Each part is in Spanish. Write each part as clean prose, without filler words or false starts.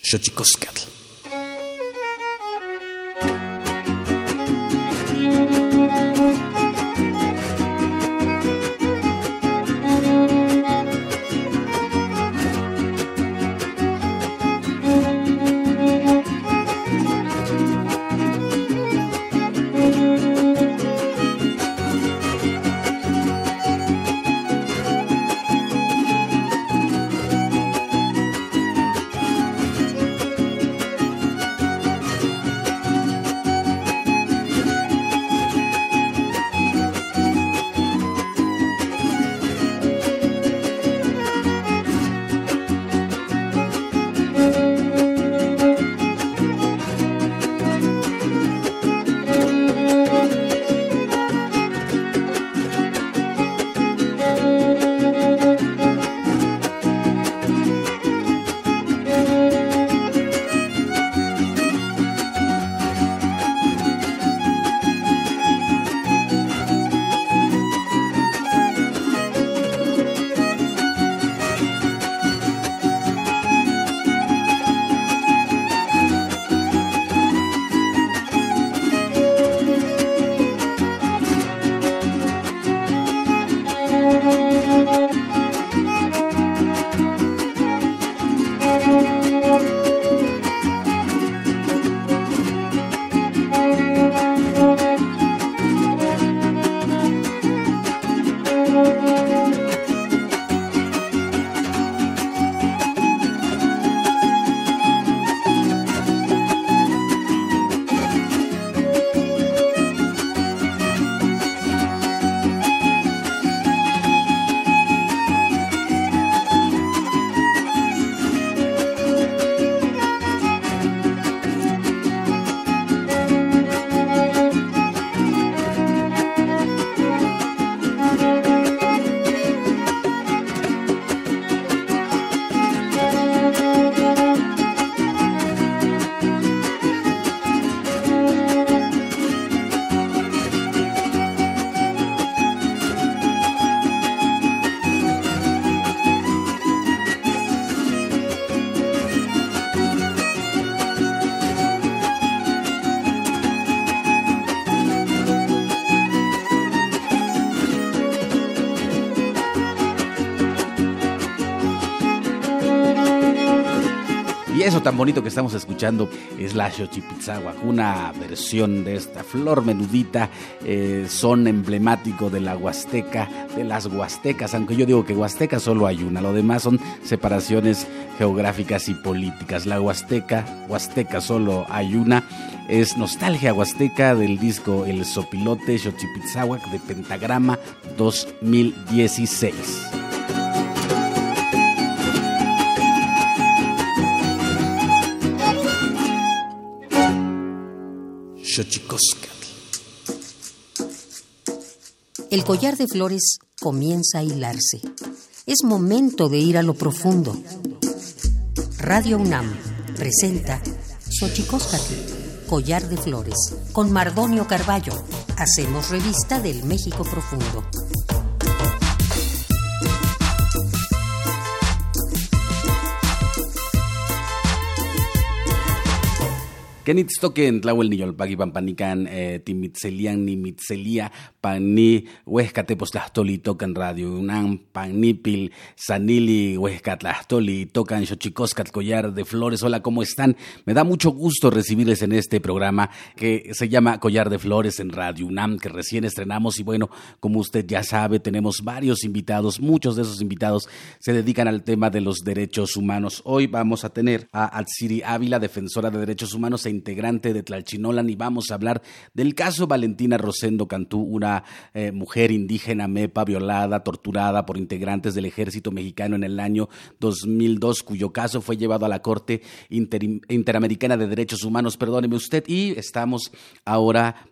Xochicóscatl. Y eso tan bonito que estamos escuchando es la Xochipitzáhuac, una versión de esta flor menudita, son emblemático de la Huasteca, de las Huastecas, aunque yo digo que Huasteca solo hay una, lo demás son separaciones geográficas y políticas. La Huasteca solo hay una, es Nostalgia Huasteca del disco El Sopilote Xochipitzáhuac de Pentagrama 2016. Xochicóscatl. El collar de flores comienza a hilarse. Es momento de ir a lo profundo. Radio UNAM presenta Xochicóscatl, collar de flores, con Mardonio Carballo. Hacemos revista del México profundo. Kenitztoquen tlahuel niyolpaki pampanican timitzelian nimitzelia pani huescatepostlahtoli tocan Radio UNAM panipil sanili huescatlahtoli tocan Xochicóscatl, collar de flores. Hola, ¿cómo están? Me da mucho gusto recibirles en este programa que se llama Collar de Flores en Radio UNAM, que recién estrenamos y bueno, como usted ya sabe, tenemos varios invitados, muchos de esos invitados se dedican al tema de los derechos humanos. Hoy vamos a tener a Atsiri Ávila, defensora de derechos humanos e integrante de Tlalchinolan, y vamos a hablar del caso Valentina Rosendo Cantú, una mujer indígena mepa violada, torturada por integrantes del ejército mexicano en el año 2002, cuyo caso fue llevado a la Corte Interamericana de Derechos Humanos, perdóneme usted, y estamos ahora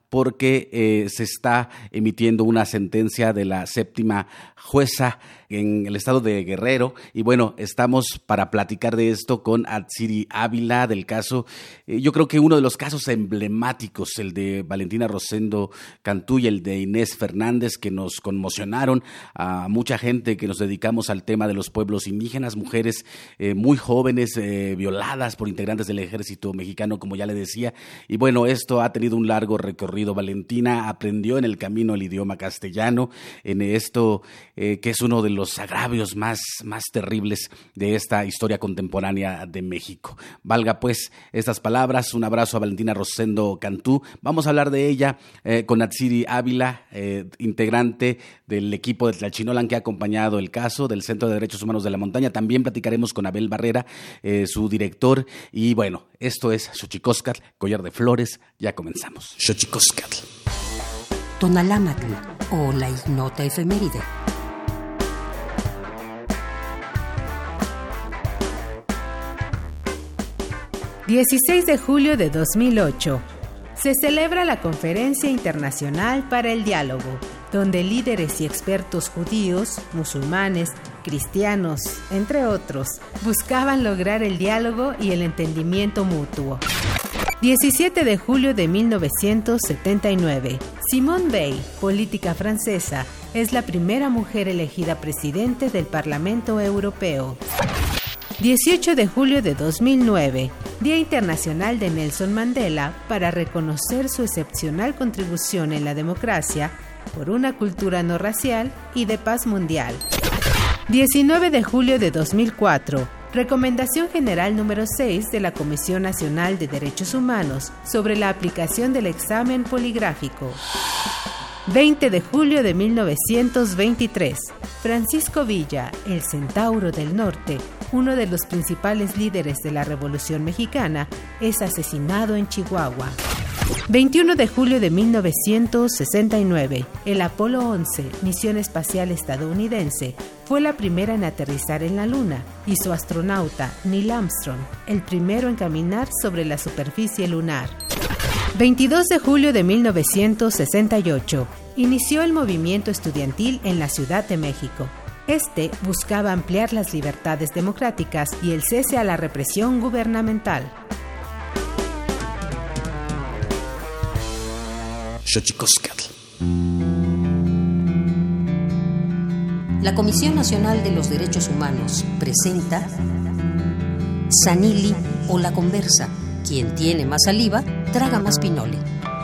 porque se está emitiendo una sentencia de la 7ª jueza en el estado de Guerrero. Y bueno, estamos para platicar de esto con Atsiri Ávila del caso, yo creo que uno de los casos emblemáticos, el de Valentina Rosendo Cantú y el de Inés Fernández, que nos conmocionaron a mucha gente que nos dedicamos al tema de los pueblos indígenas, mujeres muy jóvenes, violadas por integrantes del ejército mexicano, como ya le decía. Y bueno, esto ha tenido un largo recorrido. Valentina aprendió en el camino el idioma castellano, en esto que es uno de los agravios más terribles de esta historia contemporánea de México. Valga pues estas palabras, un abrazo a Valentina Rosendo Cantú. Vamos a hablar de ella con Atsiri Ávila, integrante del equipo de Tlalchinolan que ha acompañado el caso del Centro de Derechos Humanos de la Montaña. También platicaremos con Abel Barrera, su director. Y bueno, esto es Xochicóscatl, Collar de Flores. Ya comenzamos. Xochicóscatl. Tonalámatl, o la ignota efeméride. 16 de julio de 2008. Se celebra la Conferencia Internacional para el Diálogo, donde líderes y expertos judíos, musulmanes, cristianos, entre otros, buscaban lograr el diálogo y el entendimiento mutuo. 17 de julio de 1979. Simone Veil, política francesa, es la primera mujer elegida presidente del Parlamento Europeo. 18 de julio de 2009, Día Internacional de Nelson Mandela, para reconocer su excepcional contribución en la democracia, por una cultura no racial y de paz mundial. 19 de julio de 2004, Recomendación General número 6 de la Comisión Nacional de Derechos Humanos sobre la aplicación del examen poligráfico. 20 de julio de 1923, Francisco Villa, el Centauro del Norte, uno de los principales líderes de la Revolución Mexicana, es asesinado en Chihuahua. 21 de julio de 1969, el Apolo 11, misión espacial estadounidense, fue la primera en aterrizar en la Luna, y su astronauta, Neil Armstrong, el primero en caminar sobre la superficie lunar. 22 de julio de 1968, inició el movimiento estudiantil en la Ciudad de México. Este buscaba ampliar las libertades democráticas y el cese a la represión gubernamental. Xochicóscatl. La Comisión Nacional de los Derechos Humanos presenta Sanili o la Conversa. Quien tiene más saliva, traga más pinole.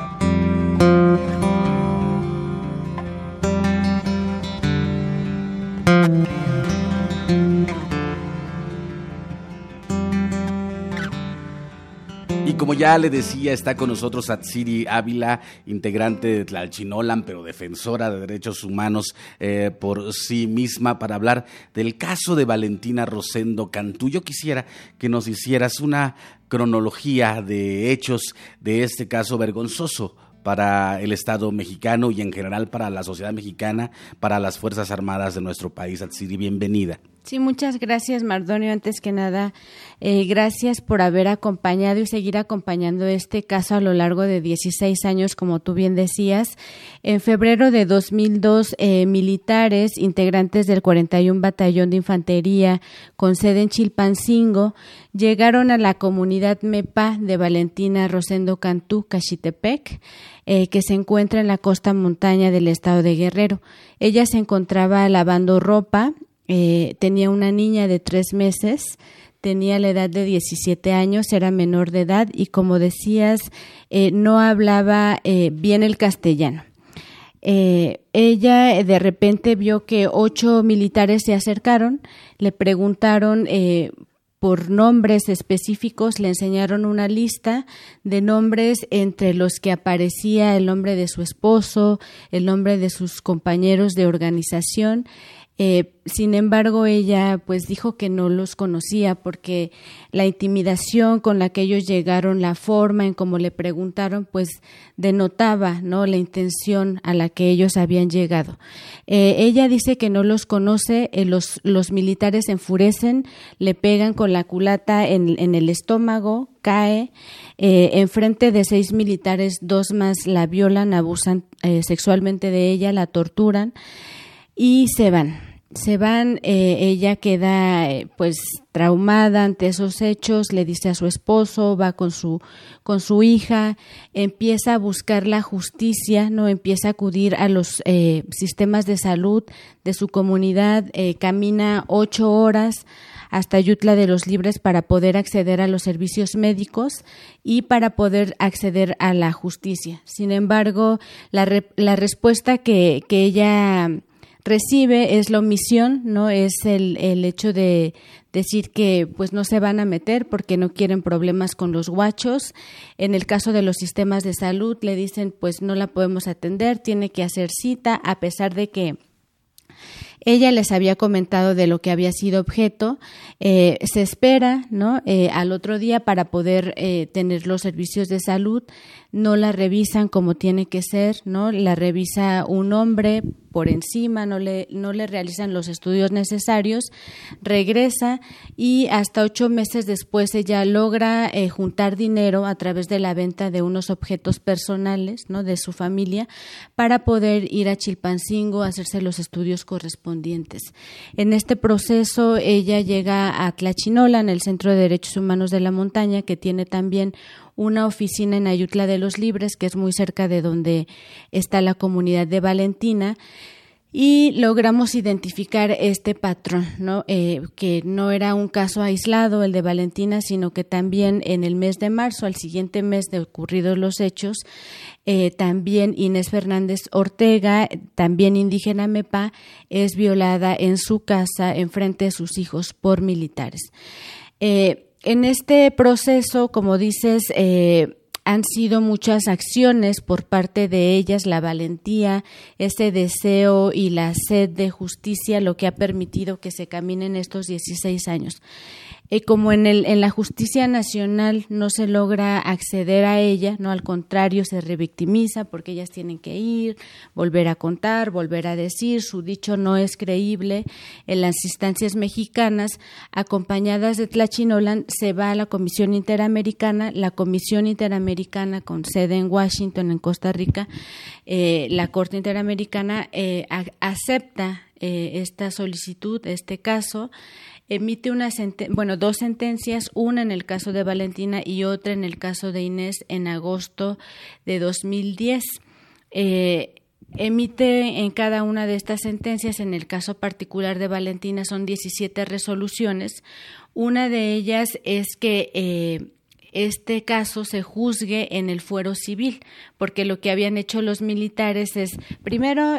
Y como ya le decía, está con nosotros Atsiri Ávila, integrante de Tlalchinolan, pero defensora de derechos humanos por sí misma, para hablar del caso de Valentina Rosendo Cantú. Yo quisiera que nos hicieras una cronología de hechos de este caso vergonzoso para el Estado mexicano y en general para la sociedad mexicana, para las Fuerzas Armadas de nuestro país. Atsiri, bienvenida. Sí, muchas gracias, Mardonio. Antes que nada, gracias por haber acompañado y seguir acompañando este caso a lo largo de 16 años, como tú bien decías. En febrero de 2002, militares, integrantes del 41 Batallón de Infantería, con sede en Chilpancingo, llegaron a la comunidad Mepa de Valentina Rosendo Cantú, Caxitepec, que se encuentra en la costa montaña del estado de Guerrero. Ella se encontraba lavando ropa. Tenía una niña de 3 meses, tenía la edad de 17 años, era menor de edad y, como decías, no hablaba bien el castellano. Ella de repente vio que 8 militares se acercaron, le preguntaron por nombres específicos, le enseñaron una lista de nombres entre los que aparecía el nombre de su esposo, el nombre de sus compañeros de organización. Sin embargo, ella pues dijo que no los conocía porque la intimidación con la que ellos llegaron, la forma en cómo le preguntaron, pues denotaba, ¿no?, la intención a la que ellos habían llegado. Ella dice que no los conoce, los militares se enfurecen, le pegan con la culata en el estómago, cae, enfrente de 6 militares, 2 más la violan, abusan sexualmente de ella, la torturan y se van. Ella queda pues traumada ante esos hechos, le dice a su esposo, va con su hija, empieza a buscar la justicia, no, empieza a acudir a los sistemas de salud de su comunidad, camina 8 horas hasta Ayutla de los Libres para poder acceder a los servicios médicos y para poder acceder a la justicia. Sin embargo, la respuesta que ella recibe es la omisión, ¿no? Es el hecho de decir que pues no se van a meter porque no quieren problemas con los huachos. En el caso de los sistemas de salud le dicen pues no la podemos atender, tiene que hacer cita, a pesar de que ella les había comentado de lo que había sido objeto. Se espera, ¿no?, al otro día para poder tener los servicios de salud. No la revisan como tiene que ser, ¿no? La revisa un hombre por encima, no le realizan los estudios necesarios, regresa y hasta 8 meses después ella logra juntar dinero a través de la venta de unos objetos personales, ¿no?, de su familia, para poder ir a Chilpancingo a hacerse los estudios correspondientes. En este proceso ella llega a Tlachinola, en el Centro de Derechos Humanos de la Montaña, que tiene también una oficina en Ayutla de los Libres, que es muy cerca de donde está la comunidad de Valentina, y logramos identificar este patrón, ¿no? Que no era un caso aislado el de Valentina, sino que también en el mes de marzo, al siguiente mes de ocurridos los hechos, también Inés Fernández Ortega, también indígena Mepa, es violada en su casa enfrente de sus hijos por militares. En este proceso, como dices, han sido muchas acciones por parte de ellas, la valentía, ese deseo y la sed de justicia, lo que ha permitido que se caminen estos 16 años. Como en la justicia nacional no se logra acceder a ella, no, al contrario, se revictimiza porque ellas tienen que ir, volver a contar, volver a decir, su dicho no es creíble. En las instancias mexicanas, acompañadas de Tlachinolan, se va a la Comisión Interamericana, con sede en Washington, en Costa Rica. La Corte Interamericana acepta esta solicitud, este caso, emite dos sentencias, una en el caso de Valentina y otra en el caso de Inés en agosto de 2010. Emite en cada una de estas sentencias, en el caso particular de Valentina son 17 resoluciones. Una de ellas es que este caso se juzgue en el fuero civil, porque lo que habían hecho los militares es, primero,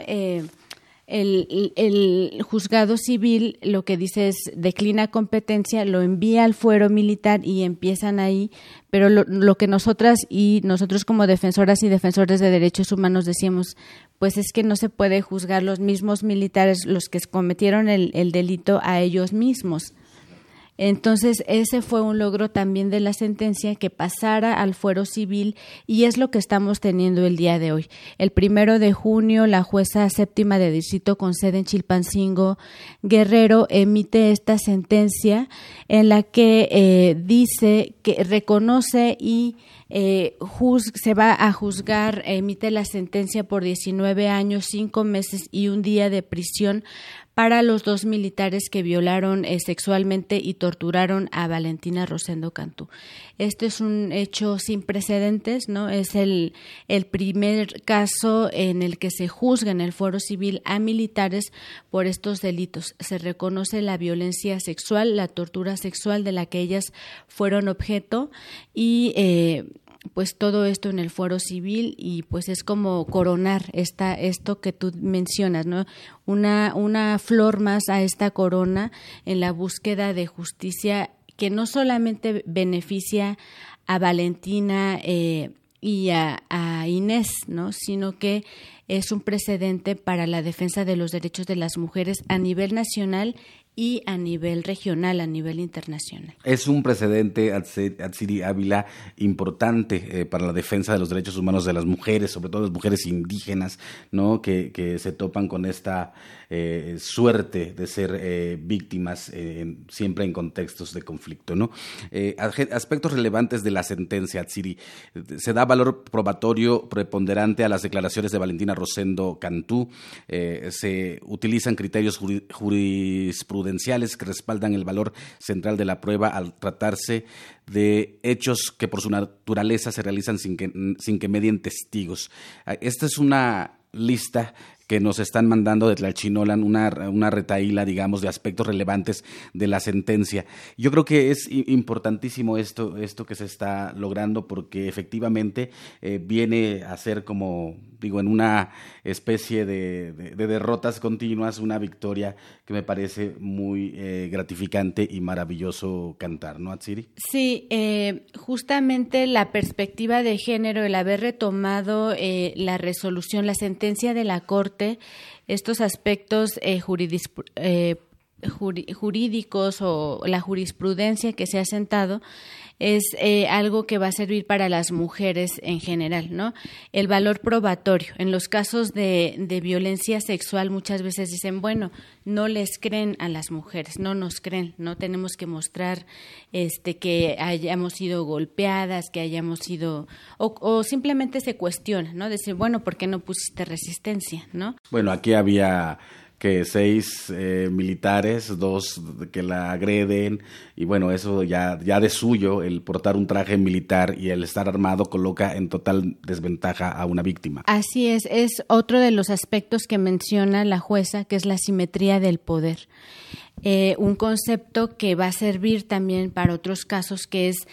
el juzgado civil lo que dice es declina competencia, lo envía al fuero militar y empiezan ahí, pero lo que nosotros como defensoras y defensores de derechos humanos decíamos, pues es que no se puede juzgar los mismos militares, los que cometieron el delito, a ellos mismos. Entonces, ese fue un logro también de la sentencia, que pasara al fuero civil, y es lo que estamos teniendo el día de hoy. El 1 de junio, la jueza séptima de distrito con sede en Chilpancingo, Guerrero, emite esta sentencia en la que dice que reconoce y se va a juzgar, emite la sentencia por 19 años, 5 meses y 1 día de prisión para los 2 militares que violaron sexualmente y torturaron a Valentina Rosendo Cantú. Este es un hecho sin precedentes, ¿no? Es el primer caso en el que se juzga en el fuero civil a militares por estos delitos. Se reconoce la violencia sexual, la tortura sexual de la que ellas fueron objeto, y pues todo esto en el fuero civil, y pues es como coronar esto que tú mencionas, ¿no? Una flor más a esta corona en la búsqueda de justicia, que no solamente beneficia a Valentina y a Inés, ¿no?, sino que es un precedente para la defensa de los derechos de las mujeres a nivel nacional y a nivel regional, a nivel internacional. Es un precedente, Atsiri Ávila, importante para la defensa de los derechos humanos de las mujeres, sobre todo las mujeres indígenas, ¿no? que se topan con esta suerte de ser víctimas siempre en contextos de conflicto, ¿no? Aspectos relevantes de la sentencia, Atsiri. Se da valor probatorio preponderante a las declaraciones de Valentina Rosendo Cantú. Se utilizan criterios jurisprudenciales que respaldan el valor central de la prueba al tratarse de hechos que por su naturaleza se realizan sin que medien testigos. Esta es una lista que nos están mandando de Tlalchinolan, una retahíla, digamos, de aspectos relevantes de la sentencia. Yo creo que es importantísimo esto que se está logrando, porque efectivamente viene a ser como, digo, en una especie de derrotas continuas, una victoria que me parece muy gratificante y maravilloso cantar, ¿no, Atsiri? Sí, justamente la perspectiva de género, el haber retomado la resolución, la sentencia de la Corte, estos aspectos jurídicos o la jurisprudencia que se ha sentado es algo que va a servir para las mujeres en general, ¿no? El valor probatorio. En los casos de violencia sexual muchas veces dicen, bueno, no les creen a las mujeres, no nos creen, no tenemos que mostrar que hayamos sido golpeadas, que hayamos sido, o simplemente se cuestiona, ¿no? Decir, bueno, ¿por qué no pusiste resistencia, no? Bueno, aquí había que 6 militares, 2 que la agreden, y bueno, eso ya de suyo, el portar un traje militar y el estar armado coloca en total desventaja a una víctima. Así es otro de los aspectos que menciona la jueza, que es la simetría del poder. Un concepto que va a servir también para otros casos, que es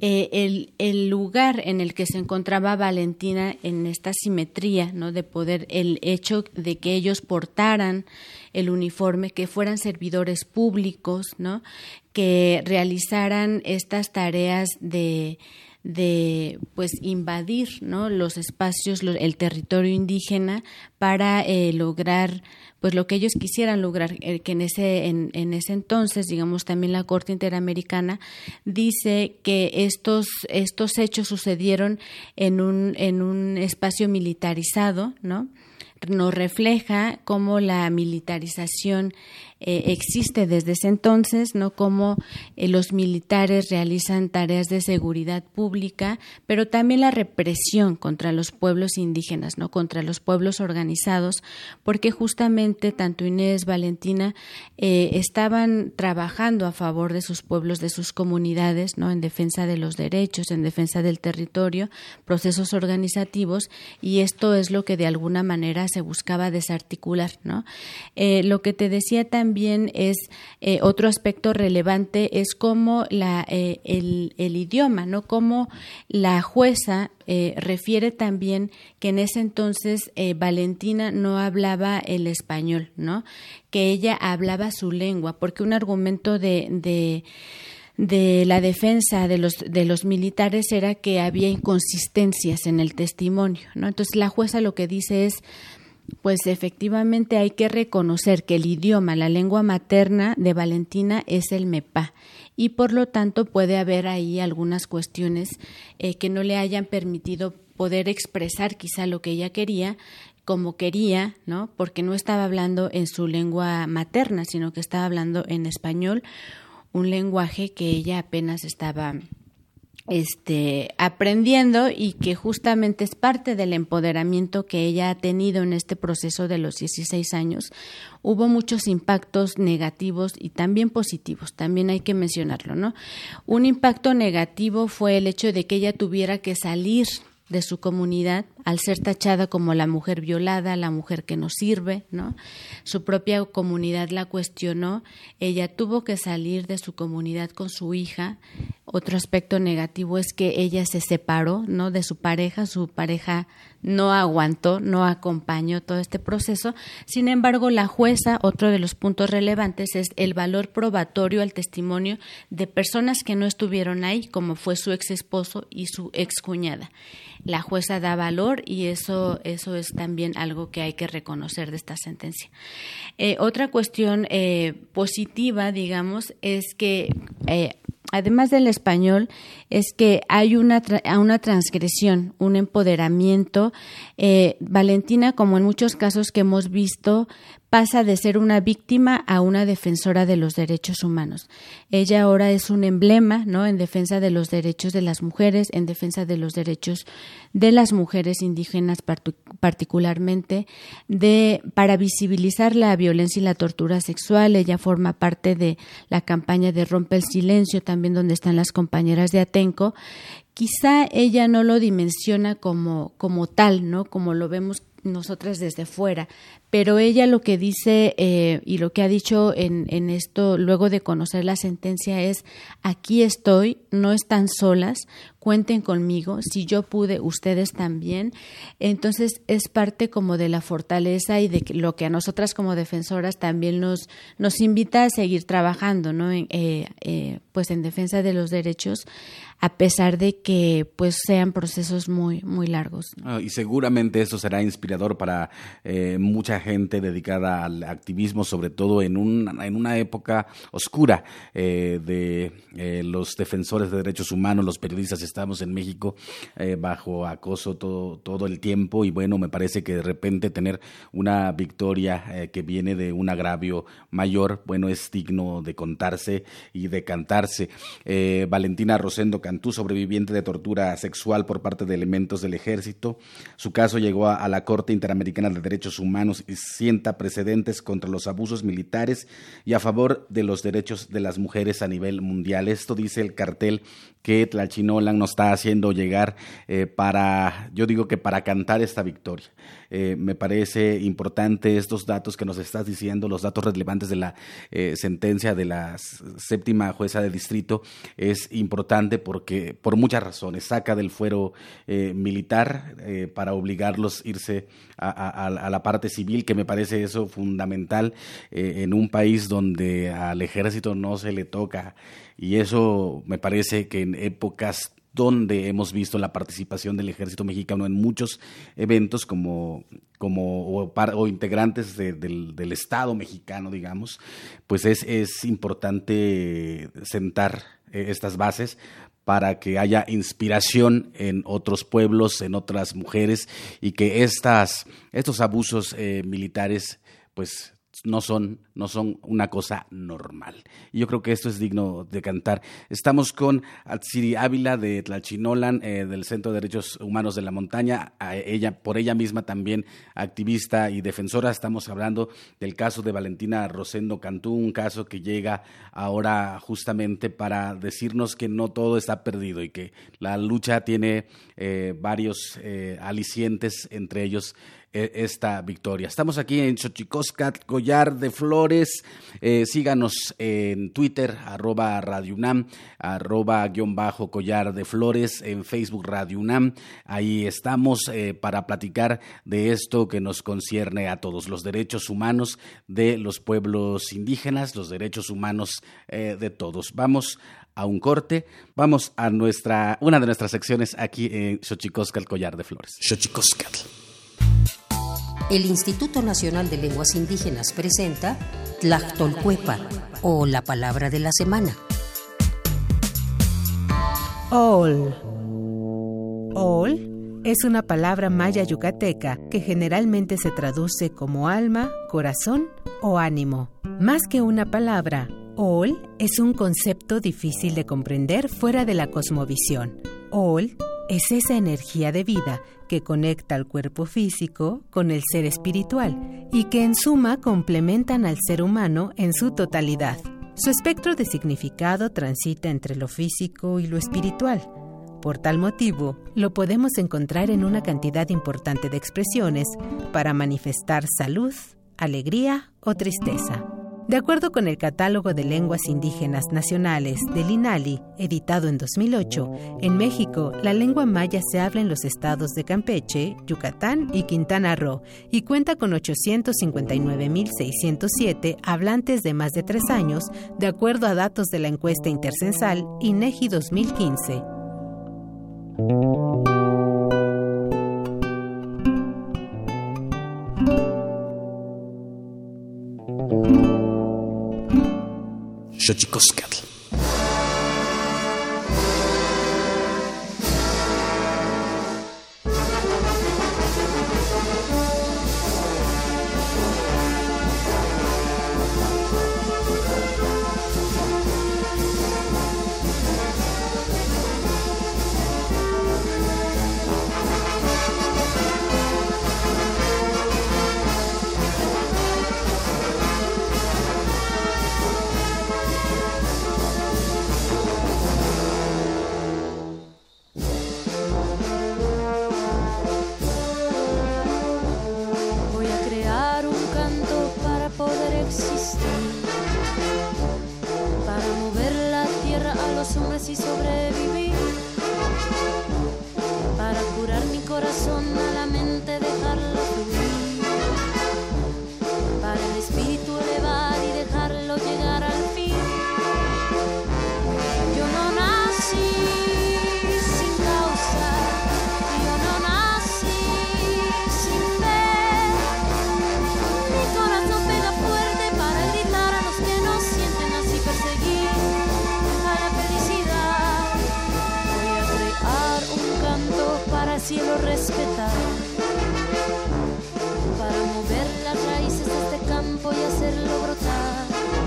el lugar en el que se encontraba Valentina en esta simetría, ¿no?, de poder, el hecho de que ellos portaran el uniforme, que fueran servidores públicos, ¿no?, que realizaran estas tareas de pues invadir, ¿no?, los espacios, el territorio indígena para lograr pues lo que ellos quisieran lograr, que en ese entonces, digamos, también la Corte Interamericana dice que estos hechos sucedieron en un espacio militarizado, ¿no? Nos refleja cómo la militarización existe desde ese entonces, ¿no? Cómo los militares realizan tareas de seguridad pública, pero también la represión contra los pueblos indígenas, ¿no?, contra los pueblos organizados, porque justamente tanto Inés, Valentina estaban trabajando a favor de sus pueblos, de sus comunidades, ¿no?, en defensa de los derechos, en defensa del territorio, procesos organizativos, y esto es lo que de alguna manera se buscaba desarticular, ¿no? Lo que te decía también es otro aspecto relevante, es cómo el idioma, ¿no?, cómo la jueza refiere también que en ese entonces Valentina no hablaba el español, ¿no?, que ella hablaba su lengua, porque un argumento de la defensa de los militares era que había inconsistencias en el testimonio, ¿no? Entonces la jueza lo que dice es, pues efectivamente hay que reconocer que el idioma, la lengua materna de Valentina es el mepá, y por lo tanto puede haber ahí algunas cuestiones que no le hayan permitido poder expresar quizá lo que ella quería, como quería, ¿no?, porque no estaba hablando en su lengua materna, sino que estaba hablando en español, un lenguaje que ella apenas estaba aprendiendo, y que justamente es parte del empoderamiento que ella ha tenido en este proceso de los 16 años. Hubo muchos impactos negativos y también positivos, también hay que mencionarlo, ¿no? Un impacto negativo fue el hecho de que ella tuviera que salir de su comunidad al ser tachada como la mujer violada, la mujer que no sirve, ¿no? Su propia comunidad la cuestionó, ella tuvo que salir de su comunidad con su hija. Otro aspecto negativo es que ella se separó, ¿no?, de su pareja no aguantó, no acompañó todo este proceso. Sin embargo, la jueza, otro de los puntos relevantes es el valor probatorio al testimonio de personas que no estuvieron ahí, como fue su ex esposo y su ex cuñada. La jueza da valor valor, y eso es también algo que hay que reconocer de esta sentencia. Otra cuestión positiva, digamos, es que además del español, es que hay una transgresión, un empoderamiento. Valentina, como en muchos casos que hemos visto, pasa de ser una víctima a una defensora de los derechos humanos. Ella ahora es un emblema, ¿no?, en defensa de los derechos de las mujeres, en defensa de los derechos de las mujeres indígenas particularmente, para visibilizar la violencia y la tortura sexual. Ella forma parte de la campaña de Rompe el Silencio, también donde están las compañeras de Atenco. Quizá ella no lo dimensiona como tal, ¿no?, como lo vemos nosotras desde fuera, pero ella lo que dice y lo que ha dicho en esto, luego de conocer la sentencia, es: aquí estoy, no están solas, cuenten conmigo, si yo pude, ustedes también. Entonces es parte como de la fortaleza y de lo que a nosotras como defensoras también nos invita a seguir trabajando, ¿no?, pues en defensa de los derechos, a pesar de que pues sean procesos muy, muy largos. Y seguramente eso será inspirador para mucha gente dedicada al activismo, sobre todo en una época oscura de los defensores de derechos humanos, los periodistas. Estamos en México bajo acoso todo el tiempo, y bueno, me parece que de repente tener una victoria que viene de un agravio mayor, bueno, es digno de contarse y de cantarse. Valentina Rosendo Cantú, sobreviviente de tortura sexual por parte de elementos del ejército. Su caso llegó a la Corte Interamericana de Derechos Humanos y sienta precedentes contra los abusos militares y a favor de los derechos de las mujeres a nivel mundial. Esto dice el cartel que Tlachinolan nos está haciendo llegar para cantar esta victoria. Me parece importante estos datos que nos estás diciendo, los datos relevantes de la sentencia de la séptima jueza de distrito. Es importante porque por muchas razones saca del fuero militar para obligarlos a irse a la parte civil, que me parece eso fundamental en un país donde al ejército no se le toca, y eso me parece que en épocas donde hemos visto la participación del ejército mexicano en muchos eventos como integrantes del Estado mexicano, digamos, pues es importante sentar estas bases para que haya inspiración en otros pueblos, en otras mujeres, y que estos abusos militares pues no son una cosa normal. Y yo creo que esto es digno de cantar. Estamos con Atsiri Ávila de Tlachinolan, del Centro de Derechos Humanos de la Montaña, por ella misma también activista y defensora. Estamos hablando del caso de Valentina Rosendo Cantú, un caso que llega ahora justamente para decirnos que no todo está perdido y que la lucha tiene varios alicientes, entre ellos esta victoria. Estamos aquí en Xochicóscatl, Collar de Flores. Síganos en Twitter, @Radio UNAM, @_Collar de Flores, en Facebook Radio UNAM. Ahí estamos para platicar de esto que nos concierne a todos, los derechos humanos de los pueblos indígenas, los derechos humanos de todos. Vamos a un corte, vamos a una de nuestras secciones aquí en Xochicóscatl, Collar de Flores. Xochicóscatl. El Instituto Nacional de Lenguas Indígenas presenta Tlachtolcuepa, o la palabra de la semana. Ol. Ol es una palabra maya yucateca que generalmente se traduce como alma, corazón o ánimo. Más que una palabra, Ol es un concepto difícil de comprender fuera de la cosmovisión. Ol es esa energía de vida que conecta al cuerpo físico con el ser espiritual y que en suma complementan al ser humano en su totalidad. Su espectro de significado transita entre lo físico y lo espiritual. Por tal motivo, lo podemos encontrar en una cantidad importante de expresiones para manifestar salud, alegría o tristeza. De acuerdo con el Catálogo de Lenguas Indígenas Nacionales del INALI, editado en 2008, en México la lengua maya se habla en los estados de Campeche, Yucatán y Quintana Roo y cuenta con 859.607 hablantes de más de 3 años, de acuerdo a datos de la encuesta intercensal INEGI 2015. Xochicóscatl. Y sobrevivir, para curar mi corazón, a la mente dejarlo fluir, para el espíritu elevar y dejarlo llegar al fin. Yo no nací sin causa, yo no nací sin fe. Mi corazón pega fuerte para gritar a los que no sienten, así perseguir a la felicidad. Para el cielo respetar, para mover las raíces de este campo y hacerlo brotar,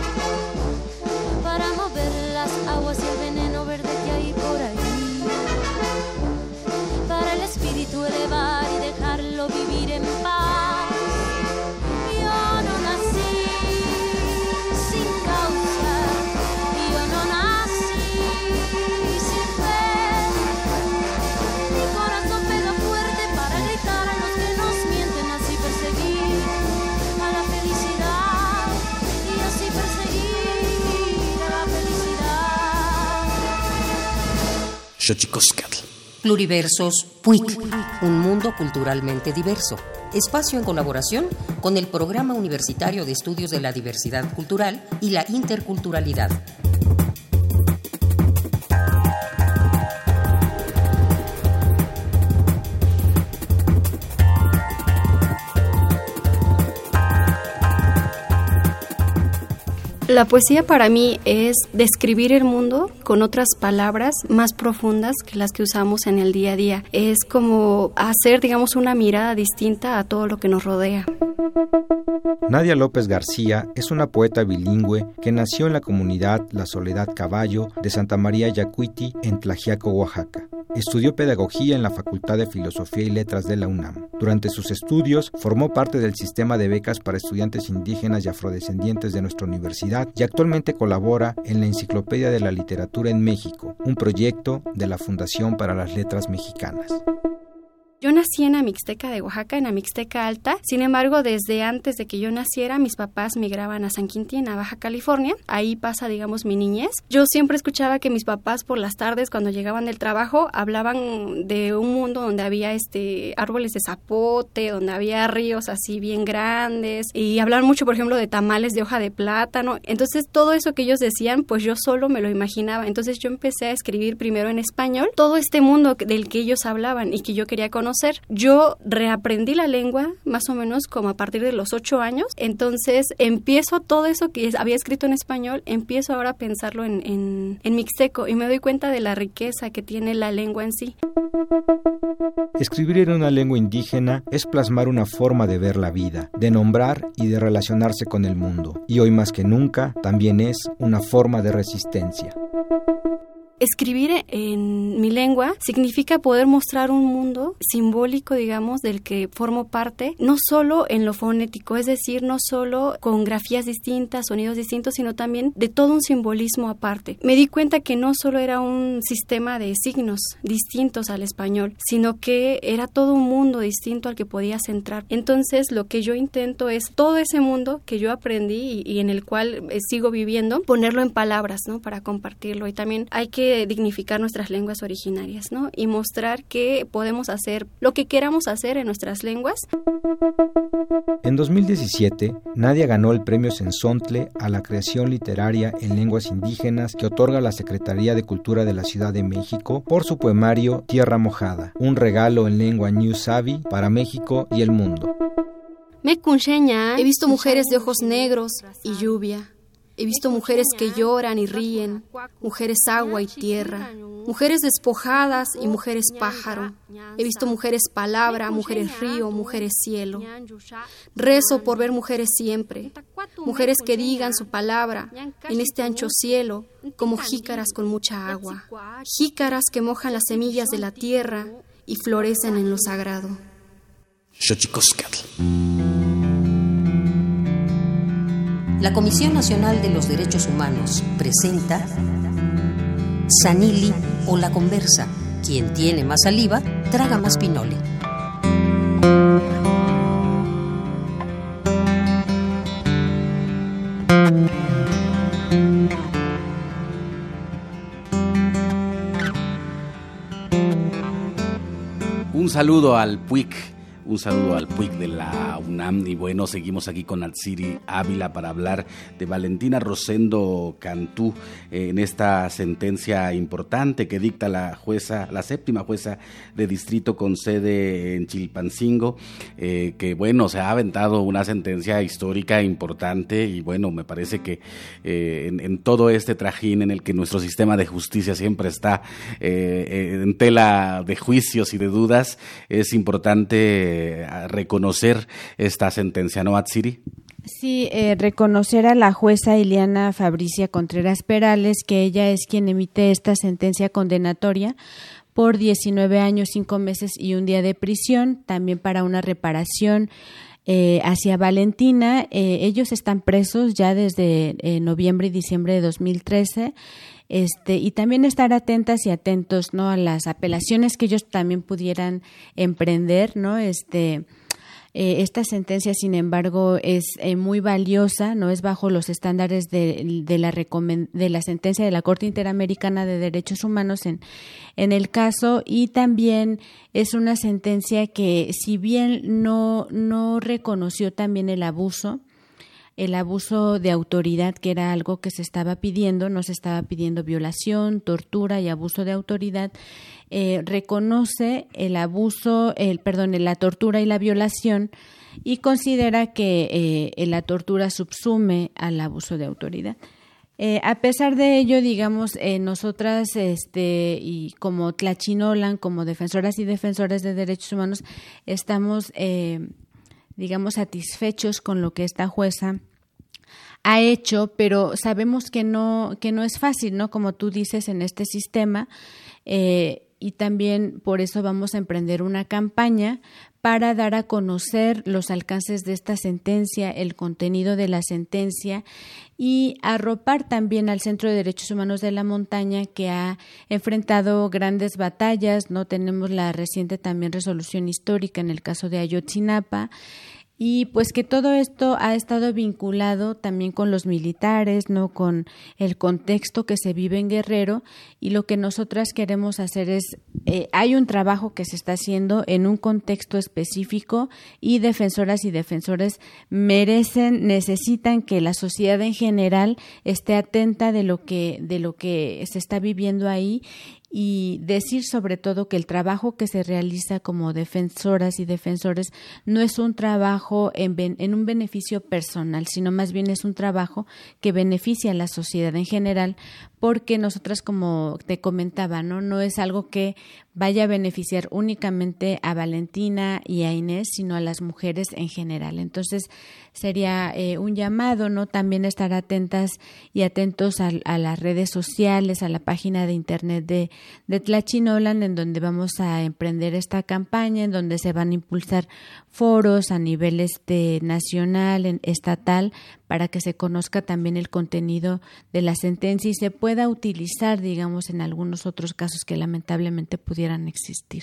para mover las aguas y el veneno verde que hay por ahí, para el espíritu elevar y dejarlo vivir en paz. Yo no nací sin causa, yo no nací sin fe. Mi corazón pega fuerte para gritar a los que nos mienten, así perseguir a la felicidad y así perseguir a la felicidad. Xochicóscatl. Pluriversos PUIC, un mundo culturalmente diverso. Espacio en colaboración con el Programa Universitario de Estudios de la Diversidad Cultural y la Interculturalidad. La poesía para mí es describir el mundo con otras palabras más profundas que las que usamos en el día a día. Es como hacer, digamos, una mirada distinta a todo lo que nos rodea. Nadia López García es una poeta bilingüe que nació en la comunidad La Soledad Caballo de Santa María Yacuiti, en Tlaxiaco, Oaxaca. Estudió pedagogía en la Facultad de Filosofía y Letras de la UNAM. Durante sus estudios formó parte del sistema de becas para estudiantes indígenas y afrodescendientes de nuestra universidad y actualmente colabora en la Enciclopedia de la Literatura en México, un proyecto de la Fundación para las Letras Mexicanas. Yo nací en Amixteca de Oaxaca, en Amixteca Alta. Sin embargo, desde antes de que yo naciera, mis papás migraban a San Quintín, a Baja California. Ahí pasa, digamos, mi niñez. Yo siempre escuchaba que mis papás por las tardes, cuando llegaban del trabajo, hablaban de un mundo donde había árboles de zapote, donde había ríos así bien grandes, y hablaban mucho, por ejemplo, de tamales de hoja de plátano. Entonces, todo eso que ellos decían, pues yo solo me lo imaginaba. Entonces, yo empecé a escribir primero en español todo este mundo del que ellos hablaban y que yo quería conocer. Yo reaprendí la lengua más o menos como a partir de los 8 años, entonces empiezo todo eso que había escrito en español, empiezo ahora a pensarlo en mixteco y me doy cuenta de la riqueza que tiene la lengua en sí. Escribir en una lengua indígena es plasmar una forma de ver la vida, de nombrar y de relacionarse con el mundo, y hoy más que nunca también es una forma de resistencia. Escribir en mi lengua significa poder mostrar un mundo simbólico, digamos, del que formo parte, no solo en lo fonético, es decir, no solo con grafías distintas, sonidos distintos, sino también de todo un simbolismo aparte. Me di cuenta que no solo era un sistema de signos distintos al español, sino que era todo un mundo distinto al que podías entrar. Entonces, lo que yo intento es todo ese mundo que yo aprendí y en el cual sigo viviendo, ponerlo en palabras, ¿no? Para compartirlo. Y también hay que dignificar nuestras lenguas originarias, ¿no? Y mostrar que podemos hacer lo que queramos hacer en nuestras lenguas. En 2017, Nadia ganó el Premio Sensontle a la creación literaria en lenguas indígenas que otorga la Secretaría de Cultura de la Ciudad de México por su poemario Tierra Mojada, un regalo en lengua New Savvy para México y el mundo. Me cuncheña, he visto mujeres de ojos negros y lluvia. He visto mujeres que lloran y ríen, mujeres agua y tierra, mujeres despojadas y mujeres pájaro. He visto mujeres palabra, mujeres río, mujeres cielo. Rezo por ver mujeres siempre, mujeres que digan su palabra en este ancho cielo, como jícaras con mucha agua, jícaras que mojan las semillas de la tierra y florecen en lo sagrado. Xochicóscatl. La Comisión Nacional de los Derechos Humanos presenta Sanili o La Conversa. Quien tiene más saliva, traga más pinole. Un saludo al PUIC. Un saludo al PUIC de la UNAM y bueno, seguimos aquí con Atsiri Ávila para hablar de Valentina Rosendo Cantú en esta sentencia importante que dicta la séptima jueza de distrito con sede en Chilpancingo, que bueno, se ha aventado una sentencia histórica importante y bueno, me parece que en todo este trajín en el que nuestro sistema de justicia siempre está en tela de juicios y de dudas, es importante reconocer esta sentencia, ¿no, Atsiri? Sí, reconocer a la jueza Ileana Fabricia Contreras Perales, que ella es quien emite esta sentencia condenatoria por 19 años, 5 meses y 1 día de prisión, también para una reparación hacia Valentina. Ellos están presos ya desde noviembre y diciembre de 2013. Y también estar atentas y atentos, ¿no?, a las apelaciones que ellos también pudieran emprender, ¿no? Esta sentencia, sin embargo, es muy valiosa, no es bajo los estándares de la sentencia de la Corte Interamericana de Derechos Humanos en el caso, y también es una sentencia que, si bien no reconoció también el abuso de autoridad, que era algo que se estaba pidiendo, no se estaba pidiendo violación, tortura y abuso de autoridad, reconoce la tortura y la violación y considera que la tortura subsume al abuso de autoridad. A pesar de ello, digamos, nosotras y como Tlachinolan, como defensoras y defensores de derechos humanos, estamos satisfechos con lo que esta jueza ha hecho, pero sabemos que no es fácil, ¿no? Como tú dices, en este sistema, y también por eso vamos a emprender una campaña para dar a conocer los alcances de esta sentencia, el contenido de la sentencia, y arropar también al Centro de Derechos Humanos de la Montaña, que ha enfrentado grandes batallas, ¿no? Tenemos la reciente también resolución histórica en el caso de Ayotzinapa, y pues que todo esto ha estado vinculado también con los militares, ¿no?, con el contexto que se vive en Guerrero, y lo que nosotras queremos hacer es, hay un trabajo que se está haciendo en un contexto específico, y defensoras y defensores necesitan que la sociedad en general esté atenta de lo que se está viviendo ahí, y decir sobre todo que el trabajo que se realiza como defensoras y defensores no es un trabajo en un beneficio personal, sino más bien es un trabajo que beneficia a la sociedad en general, porque nosotras, como te comentaba, no es algo que vaya a beneficiar únicamente a Valentina y a Inés, sino a las mujeres en general. Entonces sería un llamado, ¿no?, también estar atentas y atentos a las redes sociales, a la página de internet de Tlachinolan, en donde vamos a emprender esta campaña, en donde se van a impulsar foros a nivel nacional, estatal, para que se conozca también el contenido de la sentencia y se pueda utilizar, digamos, en algunos otros casos que lamentablemente pudieran existir.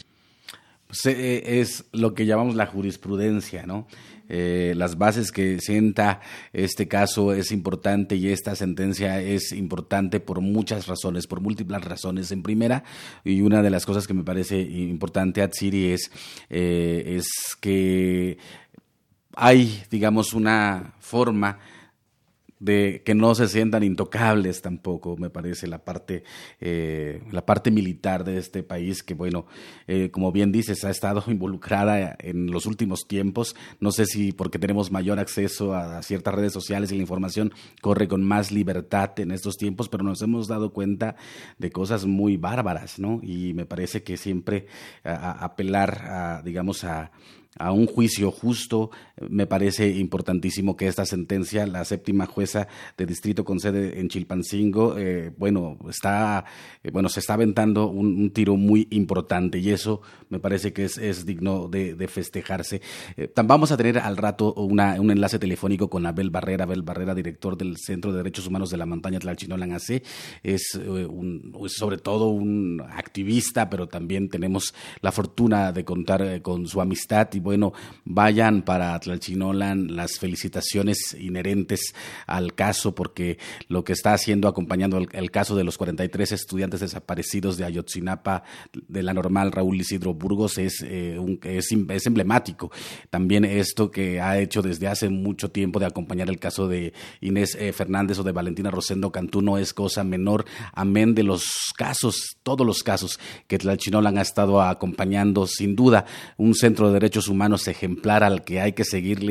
Es lo que llamamos la jurisprudencia, ¿no? Las bases que sienta este caso es importante, y esta sentencia es importante por muchas razones, por múltiples razones. En primera, y una de las cosas que me parece importante, Atsiri, es que hay, digamos, una forma de que no se sientan intocables tampoco, me parece, la parte militar de este país, que bueno, como bien dices, ha estado involucrada en los últimos tiempos. No sé si porque tenemos mayor acceso a ciertas redes sociales y la información corre con más libertad en estos tiempos, pero nos hemos dado cuenta de cosas muy bárbaras, ¿no? Y me parece que siempre apelar a un juicio justo, me parece importantísimo que esta sentencia, la séptima jueza de distrito con sede en Chilpancingo, se está aventando un tiro muy importante, y eso me parece que es digno de festejarse. Vamos a tener al rato un enlace telefónico con Abel Barrera, director del Centro de Derechos Humanos de la Montaña Tlalchinolan AC. Es sobre todo un activista, pero también tenemos la fortuna de contar con su amistad. Y bueno, vayan para Tlalchinolan las felicitaciones inherentes al caso, porque lo que está haciendo acompañando el caso de los 43 estudiantes desaparecidos de Ayotzinapa de la Normal Raúl Isidro Burgos es emblemático. También esto que ha hecho desde hace mucho tiempo de acompañar el caso de Inés Fernández o de Valentina Rosendo Cantú no es cosa menor, amén de todos los casos que Tlalchinolan ha estado acompañando. Sin duda, un centro de derechos humanos ejemplar a quien hay que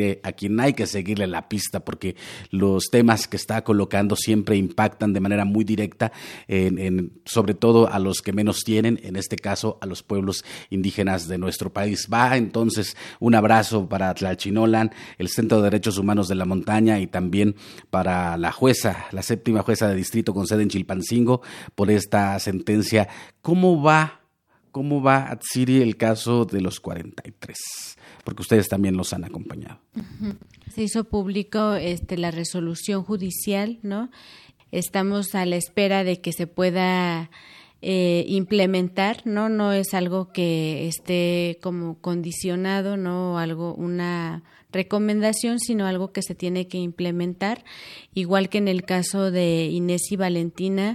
seguirle la pista, porque los temas que está colocando siempre impactan de manera muy directa sobre todo a los que menos tienen, en este caso a los pueblos indígenas de nuestro país. Va entonces un abrazo para Tlalchinolan, el Centro de Derechos Humanos de la Montaña, y también para la séptima jueza de distrito con sede en Chilpancingo, por esta sentencia. ¿Cómo va, Atsiri, el caso de los 43? Porque ustedes también los han acompañado. Se hizo público la resolución judicial, ¿no? Estamos a la espera de que se pueda implementar, ¿no? No es algo que esté como condicionado, ¿no? Una recomendación, sino algo que se tiene que implementar. Igual que en el caso de Inés y Valentina,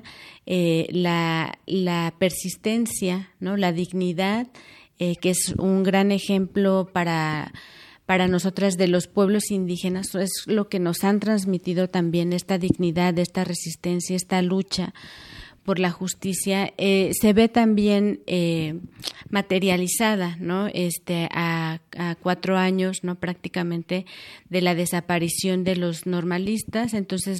la persistencia, ¿no? La dignidad, que es un gran ejemplo para nosotras de los pueblos indígenas, es lo que nos han transmitido también, esta dignidad, esta resistencia, esta lucha por la justicia, se ve también materializada, ¿no? A 4 años, ¿no? Prácticamente de la desaparición de los normalistas. Entonces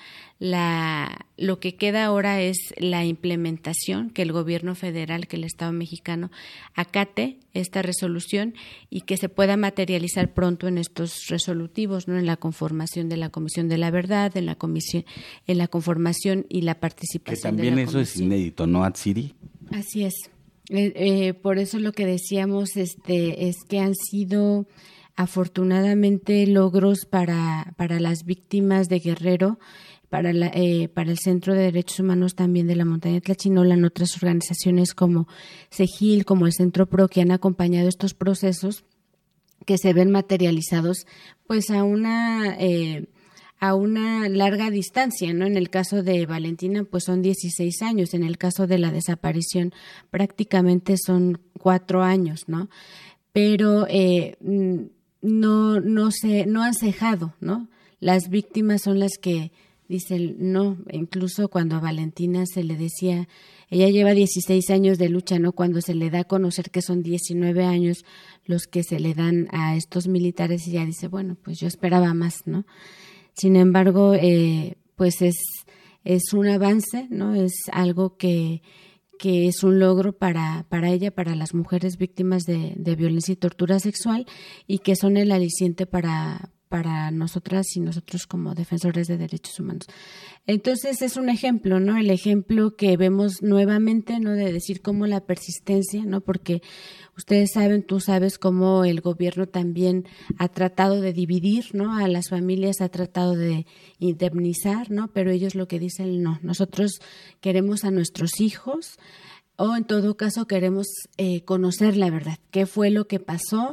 lo que queda ahora es la implementación, que el gobierno federal, que el Estado mexicano acate esta resolución y que se pueda materializar pronto en estos resolutivos, ¿no? En la conformación de la Comisión de la Verdad, en la conformación y la participación. Que también eso es inédito, ¿no, Atsiri? Así es. Por eso lo que decíamos es que han sido afortunadamente logros para las víctimas de Guerrero, para el Centro de Derechos Humanos también de la Montaña Tlalchinolan, otras organizaciones como CEGIL, como el Centro PRO, que han acompañado estos procesos que se ven materializados pues a una larga distancia, ¿no? En el caso de Valentina pues son 16 años, en el caso de la desaparición prácticamente son 4 años, ¿no? Pero no han cejado, ¿no? Las víctimas son las que dicen no. Incluso cuando a Valentina se le decía, ella lleva 16 años de lucha, ¿no? Cuando se le da a conocer que son 19 años los que se le dan a estos militares, ella dice, bueno, pues yo esperaba más, ¿no? Sin embargo, pues es un avance, ¿no? Es algo que es un logro para ella, para las mujeres víctimas de violencia y tortura sexual, y que son el aliciente para nosotras y nosotros como defensores de derechos humanos. Entonces es un ejemplo, ¿no? El ejemplo que vemos nuevamente, ¿no? De decir cómo la persistencia, ¿no? Porque ustedes saben, tú sabes cómo el gobierno también ha tratado de dividir, ¿no? A las familias, ha tratado de indemnizar, ¿no? Pero ellos lo que dicen, no, nosotros queremos a nuestros hijos, o en todo caso queremos conocer la verdad, qué fue lo que pasó,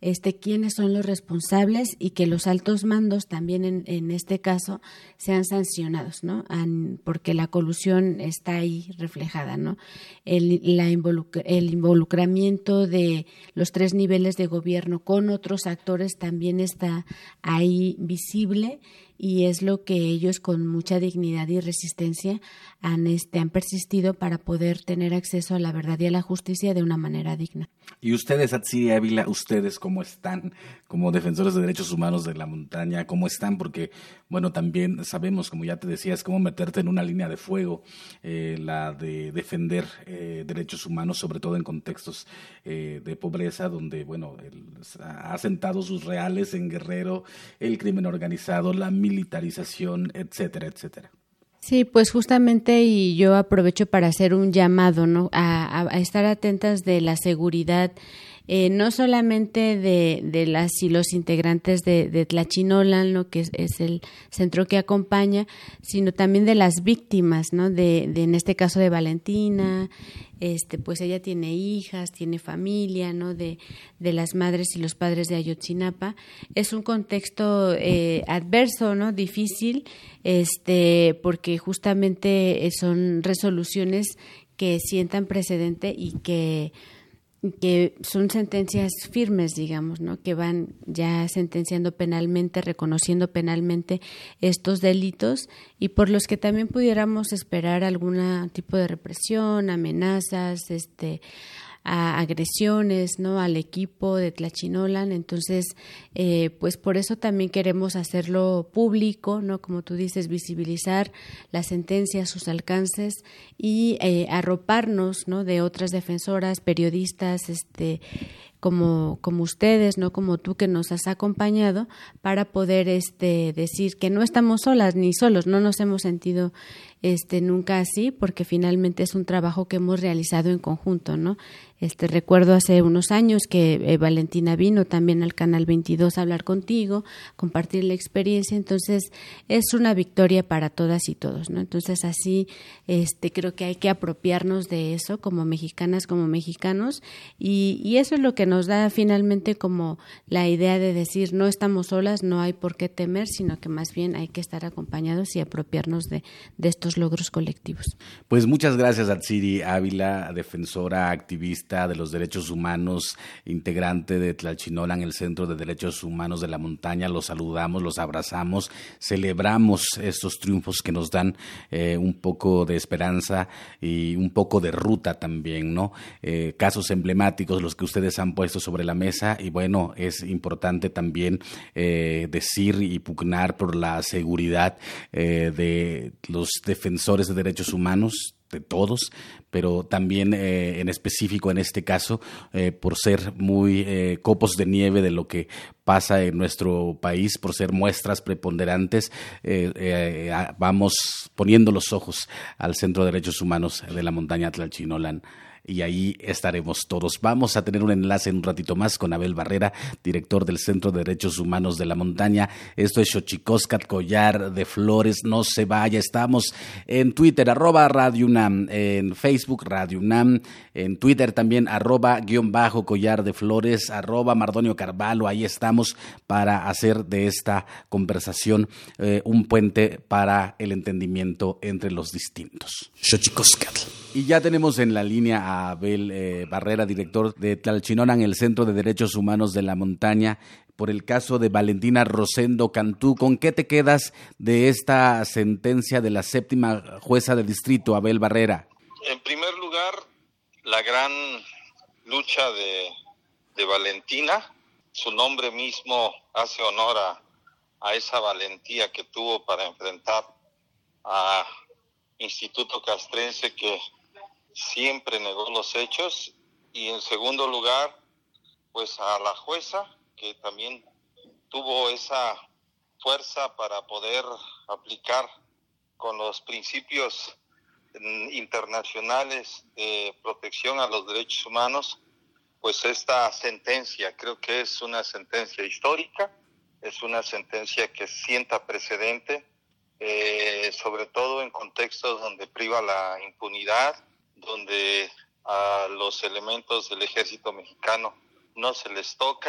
quiénes son los responsables y que los altos mandos también en este caso sean sancionados, ¿no? Porque la colusión está ahí reflejada, ¿no? El involucramiento de los 3 niveles de gobierno con otros actores también está ahí visible, y es lo que ellos con mucha dignidad y resistencia han persistido para poder tener acceso a la verdad y a la justicia de una manera digna. Y ustedes, Atsiri Ávila, ustedes cómo están como defensores de derechos humanos de la montaña, cómo están, porque bueno, también sabemos, como ya te decías, cómo meterte en una línea de fuego, la de defender derechos humanos, sobre todo en contextos de pobreza, donde bueno, ha asentado sus reales en Guerrero, el crimen organizado, la militarización, etcétera, etcétera. Sí, pues justamente, y yo aprovecho para hacer un llamado, ¿no? a estar atentas de la seguridad, no solamente de las y los integrantes de Tlachinolan, ¿no? Que es el centro que acompaña, sino también de las víctimas, ¿no? De en este caso de Valentina. Pues ella tiene hijas, tiene familia, ¿no? De las madres y los padres de Ayotzinapa. Es un contexto adverso, ¿no? Difícil, porque justamente son resoluciones que sientan precedente y que son sentencias firmes, digamos, ¿no? Que van ya sentenciando penalmente, reconociendo penalmente estos delitos, y por los que también pudiéramos esperar algún tipo de represión, amenazas, a agresiones, ¿no? Al equipo de Tlachinolan. Entonces, pues por eso también queremos hacerlo público, ¿no? Como tú dices, visibilizar las sentencias, sus alcances, y arroparnos, ¿no? De otras defensoras, periodistas, como ustedes, ¿no? Como tú, que nos has acompañado, para poder decir que no estamos solas ni solos, no nos hemos sentido nunca así, porque finalmente es un trabajo que hemos realizado en conjunto, ¿no? Recuerdo hace unos años que Valentina vino también al Canal 22 a hablar contigo, compartir la experiencia. Entonces es una victoria para todas y todos, ¿no? Entonces así creo que hay que apropiarnos de eso como mexicanas, como mexicanos, y eso es lo que nos da finalmente como la idea de decir no estamos solas, no hay por qué temer, sino que más bien hay que estar acompañados y apropiarnos de estos logros colectivos. Pues muchas gracias, Atsiri Ávila, defensora, activista de los derechos humanos, integrante de Tlachinolan, el Centro de Derechos Humanos de la Montaña. Los saludamos, los abrazamos, celebramos estos triunfos que nos dan un poco de esperanza y un poco de ruta también, ¿no? Casos emblemáticos los que ustedes han puesto sobre la mesa, y bueno, es importante también decir y pugnar por la seguridad de los defensores de derechos humanos, de todos, pero también en específico en este caso, por ser muy copos de nieve de lo que pasa en nuestro país, por ser muestras preponderantes, vamos poniendo los ojos al Centro de Derechos Humanos de la Montaña Tlachinolan. Y ahí estaremos todos. Vamos a tener un enlace en un ratito más con Abel Barrera, director del Centro de Derechos Humanos de la Montaña. Esto es Xochicóscat, Collar de Flores. No se vaya. Estamos en Twitter, @Radio UNAM, en Facebook, Radio UNAM, en Twitter también, @_Collar de Flores, @Mardonio Carvalho. Ahí estamos para hacer de esta conversación un puente para el entendimiento entre los distintos. Xochicóscat. Y ya tenemos en la línea a Abel Barrera, director de Tlachinolan, el Centro de Derechos Humanos de la Montaña, por el caso de Valentina Rosendo Cantú. ¿Con qué te quedas de esta sentencia de la 7ª jueza de distrito, Abel Barrera? En primer lugar, la gran lucha de Valentina. Su nombre mismo hace honor a esa valentía que tuvo para enfrentar a Instituto Castrense, que siempre negó los hechos. Y en segundo lugar, pues a la jueza, que también tuvo esa fuerza para poder aplicar con los principios internacionales de protección a los derechos humanos, pues esta sentencia. Creo que es una sentencia histórica, es una sentencia que sienta precedente, sobre todo en contextos donde priva la impunidad, donde a los elementos del ejército mexicano no se les toca,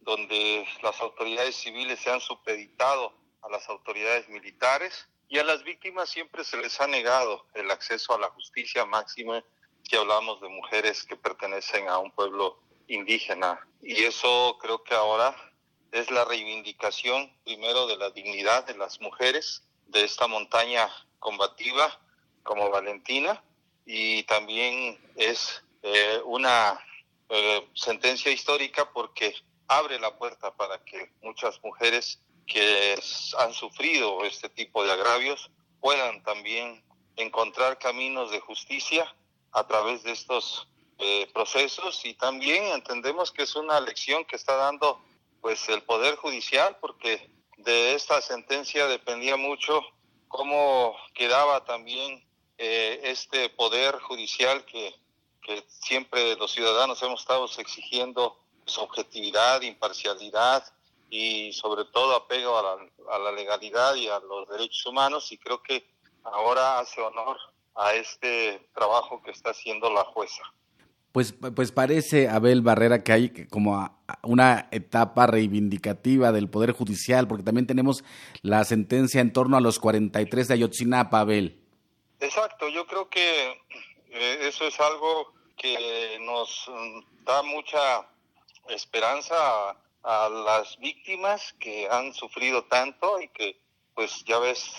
donde las autoridades civiles se han supeditado a las autoridades militares, y a las víctimas siempre se les ha negado el acceso a la justicia máxima si hablamos de mujeres que pertenecen a un pueblo indígena. Y eso creo que ahora es la reivindicación primero de la dignidad de las mujeres de esta montaña combativa como Valentina, y también es una sentencia histórica porque abre la puerta para que muchas mujeres que han sufrido este tipo de agravios puedan también encontrar caminos de justicia a través de estos procesos. Y también entendemos que es una lección que está dando pues el Poder Judicial, porque de esta sentencia dependía mucho cómo quedaba también este Poder Judicial que siempre los ciudadanos hemos estado exigiendo su objetividad, imparcialidad y sobre todo apego a la legalidad y a los derechos humanos, y creo que ahora hace honor a este trabajo que está haciendo la jueza. Pues parece, Abel Barrera, que hay como una etapa reivindicativa del Poder Judicial, porque también tenemos la sentencia en torno a los 43 de Ayotzinapa, Abel. Exacto, yo creo que eso es algo que nos da mucha esperanza a las víctimas que han sufrido tanto, y que pues ya ves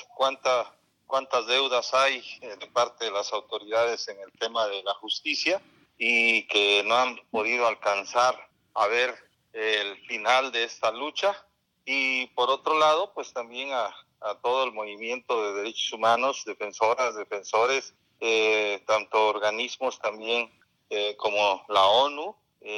cuántas deudas hay de parte de las autoridades en el tema de la justicia, y que no han podido alcanzar a ver el final de esta lucha. Y por otro lado, pues también a todo el movimiento de derechos humanos, defensoras, defensores, tanto organismos también como la ONU,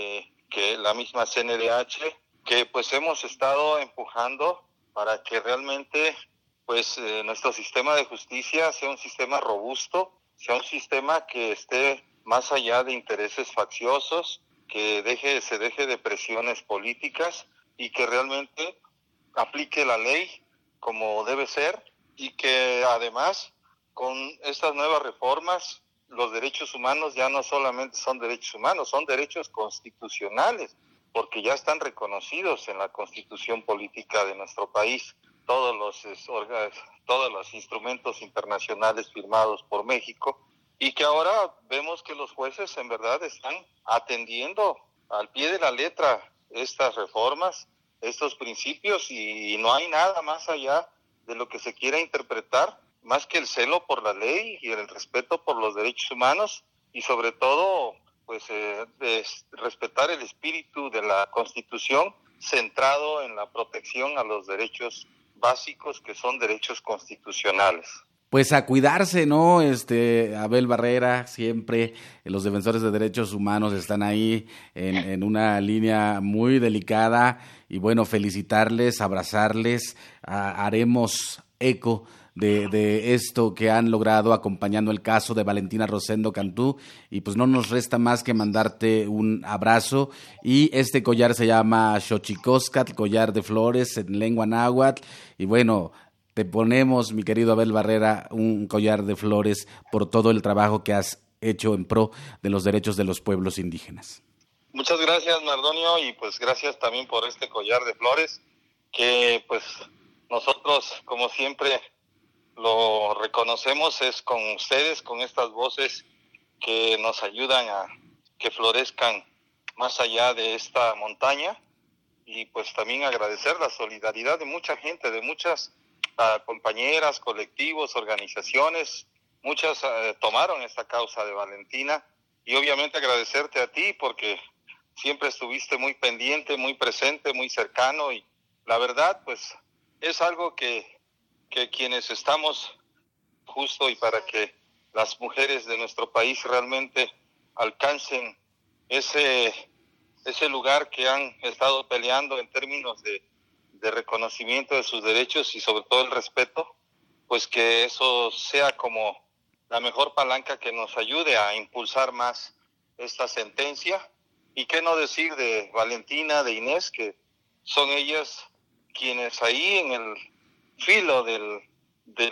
que la misma CNDH, que pues hemos estado empujando para que realmente pues nuestro sistema de justicia sea un sistema robusto, sea un sistema que esté más allá de intereses facciosos, que se deje de presiones políticas y que realmente aplique la ley como debe ser, y que además con estas nuevas reformas los derechos humanos ya no solamente son derechos humanos, son derechos constitucionales, porque ya están reconocidos en la Constitución Política de nuestro país todos los instrumentos internacionales firmados por México, y que ahora vemos que los jueces en verdad están atendiendo al pie de la letra estas reformas, estos principios, y no hay nada más allá de lo que se quiera interpretar, más que el celo por la ley y el respeto por los derechos humanos, y sobre todo pues respetar el espíritu de la Constitución centrado en la protección a los derechos básicos, que son derechos constitucionales. Pues a cuidarse, ¿no? Abel Barrera, siempre los defensores de derechos humanos están ahí en una línea muy delicada, y bueno, felicitarles, abrazarles, haremos eco de esto que han logrado acompañando el caso de Valentina Rosendo Cantú, y pues no nos resta más que mandarte un abrazo. Y este collar se llama Xochicóscatl, collar de flores en lengua náhuatl, y bueno, te ponemos, mi querido Abel Barrera, un collar de flores por todo el trabajo que has hecho en pro de los derechos de los pueblos indígenas. Muchas gracias, Mardonio, y pues gracias también por este collar de flores, que pues nosotros, como siempre, lo reconocemos, es con ustedes, con estas voces que nos ayudan a que florezcan más allá de esta montaña, y pues también agradecer la solidaridad de mucha gente, de muchas compañeras, colectivos, organizaciones. Muchas tomaron esta causa de Valentina, y obviamente agradecerte a ti porque siempre estuviste muy pendiente, muy presente, muy cercano, y la verdad pues es algo que quienes estamos justo, y para que las mujeres de nuestro país realmente alcancen ese lugar que han estado peleando en términos de reconocimiento de sus derechos y sobre todo el respeto, pues que eso sea como la mejor palanca que nos ayude a impulsar más esta sentencia. Y qué no decir de Valentina, de Inés, que son ellas quienes ahí en el filo de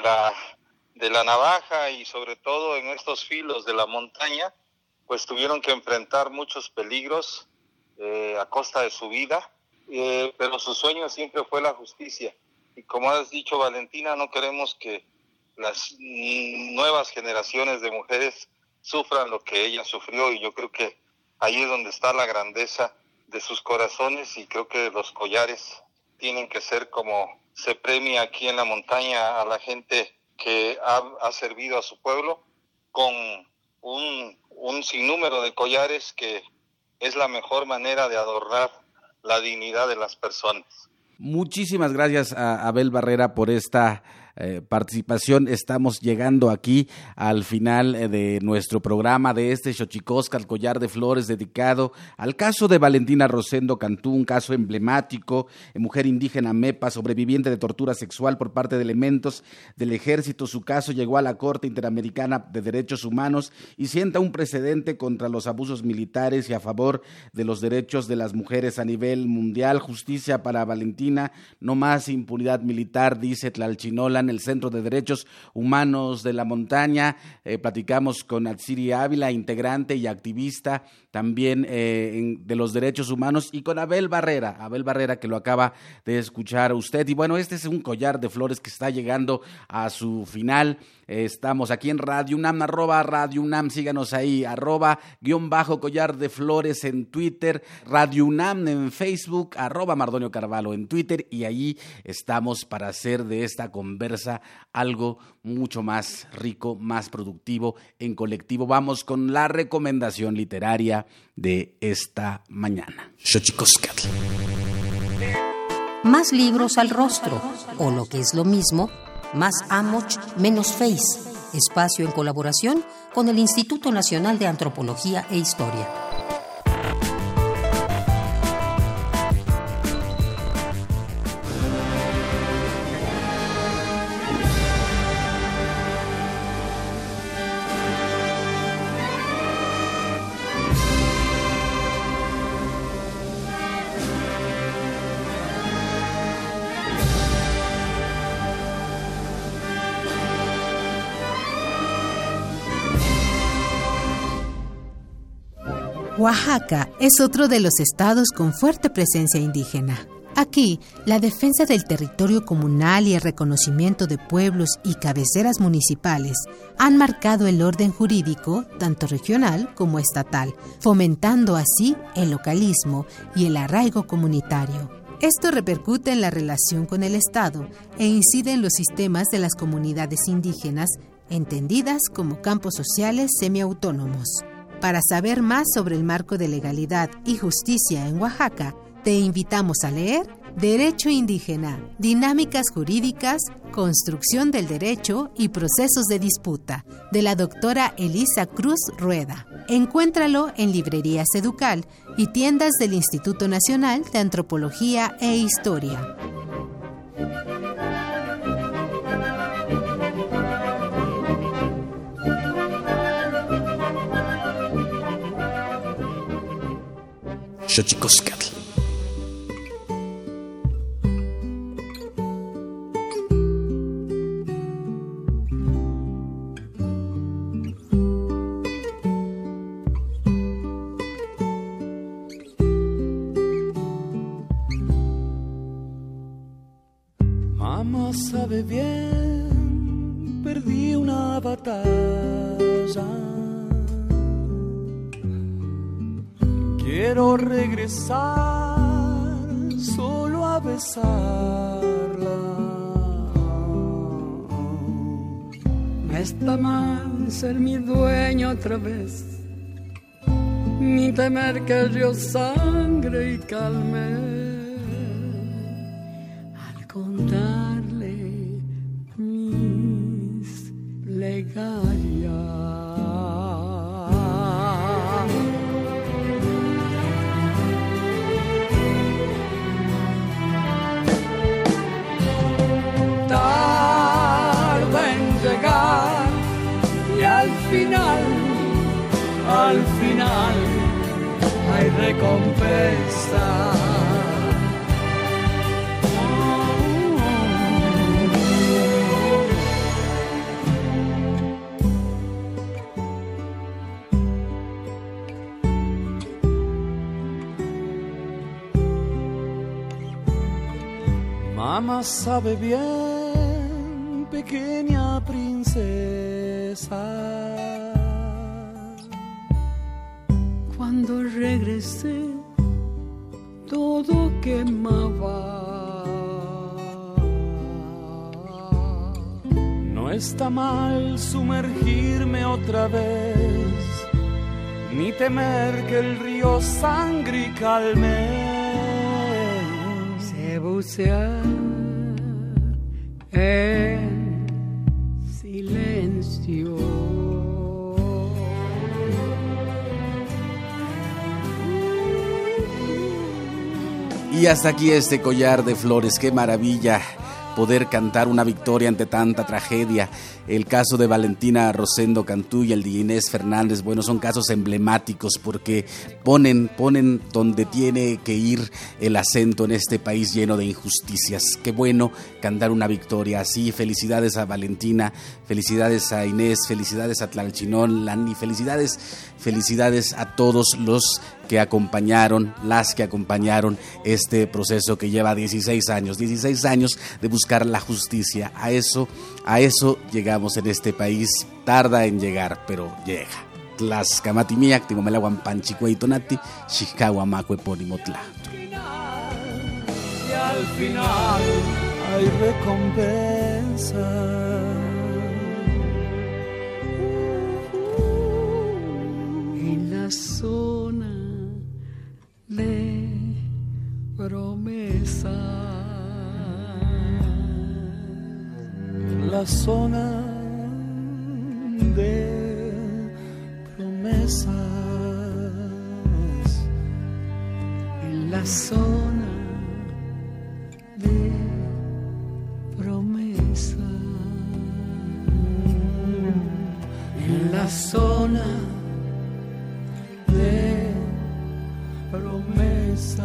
la navaja, y sobre todo en estos filos de la montaña, pues tuvieron que enfrentar muchos peligros a costa de su vida, pero su sueño siempre fue la justicia. Y como has dicho, Valentina, no queremos que las nuevas generaciones de mujeres sufran lo que ella sufrió, y yo creo que ahí es donde está la grandeza de sus corazones, y creo que los collares tienen que ser como se premia aquí en la montaña a la gente que ha servido a su pueblo, con un sinnúmero de collares, que es la mejor manera de adornar la dignidad de las personas. Muchísimas gracias a Abel Barrera por esta participación. Estamos llegando aquí al final de nuestro programa de este Xochicóscatl, Collar de Flores, dedicado al caso de Valentina Rosendo Cantú, un caso emblemático, mujer indígena mepa, sobreviviente de tortura sexual por parte de elementos del ejército. Su caso llegó a la Corte Interamericana de Derechos Humanos y sienta un precedente contra los abusos militares y a favor de los derechos de las mujeres a nivel mundial. Justicia para Valentina, no más impunidad militar, dice Tlalchinolan, el Centro de Derechos Humanos de la Montaña. Platicamos con Atsiri Ávila, integrante y activista también de los derechos humanos, y con Abel Barrera, que lo acaba de escuchar usted. Y bueno, este es un collar de flores que está llegando a su final. Estamos aquí en Radio UNAM, @Radio UNAM, síganos ahí, @_collar de flores en Twitter, Radio UNAM en Facebook, @Mardonio Carvalho en Twitter, y ahí estamos para hacer de esta conversa algo mucho más rico, más productivo en colectivo. Vamos con la recomendación literaria de esta mañana. Xochicóscatl. Más libros al rostro, o lo que es lo mismo, más Amoch, menos Face. Espacio en colaboración con el Instituto Nacional de Antropología e Historia. Oaxaca es otro de los estados con fuerte presencia indígena. Aquí, la defensa del territorio comunal y el reconocimiento de pueblos y cabeceras municipales han marcado el orden jurídico, tanto regional como estatal, fomentando así el localismo y el arraigo comunitario. Esto repercute en la relación con el Estado e incide en los sistemas de las comunidades indígenas, entendidas como campos sociales semiautónomos. Para saber más sobre el marco de legalidad y justicia en Oaxaca, te invitamos a leer Derecho Indígena, Dinámicas Jurídicas, Construcción del Derecho y Procesos de Disputa, de la doctora Elisa Cruz Rueda. Encuéntralo en librerías Educal y tiendas del Instituto Nacional de Antropología e Historia. Xochicóscatl. Mamá sabe bien, perdí una batalla. Quiero regresar solo a besarla. No está mal ser mi dueño otra vez, ni temer que yo sangre y calme al contarle mis plegarias. Al final hay recompensa. Mamá sabe bien, pequeña princesa. Cuando regresé, todo quemaba. No está mal sumergirme otra vez, ni temer que el río sangre y calme. Sé bucear en silencio. Y hasta aquí este collar de flores. Qué maravilla poder cantar una victoria ante tanta tragedia. El caso de Valentina Rosendo Cantú y el de Inés Fernández, bueno, son casos emblemáticos porque ponen donde tiene que ir el acento en este país lleno de injusticias. Qué bueno cantar una victoria así. Felicidades a Valentina, felicidades a Inés, felicidades a Tlalchinol, Lani, felicidades a todos los que acompañaron, las que acompañaron este proceso que lleva 16 años de buscar la justicia. A eso llegamos en este país. Tarda en llegar, pero llega. Tlaxcamatimiac, Timomelahuampan, Chicueitonati, Xicahuamacue, Ponimotla. Y al final hay recompensa. En la zona de promesa, la zona de promesas, en la zona de promesas, en la zona de promesas.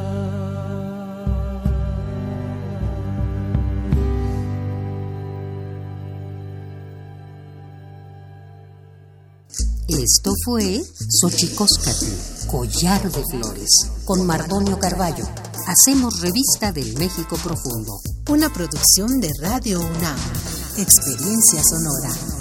Esto fue Xochicóscatl, Collar de Flores, con Mardonio Carballo. Hacemos revista del México profundo. Una producción de Radio UNAM. Experiencia sonora.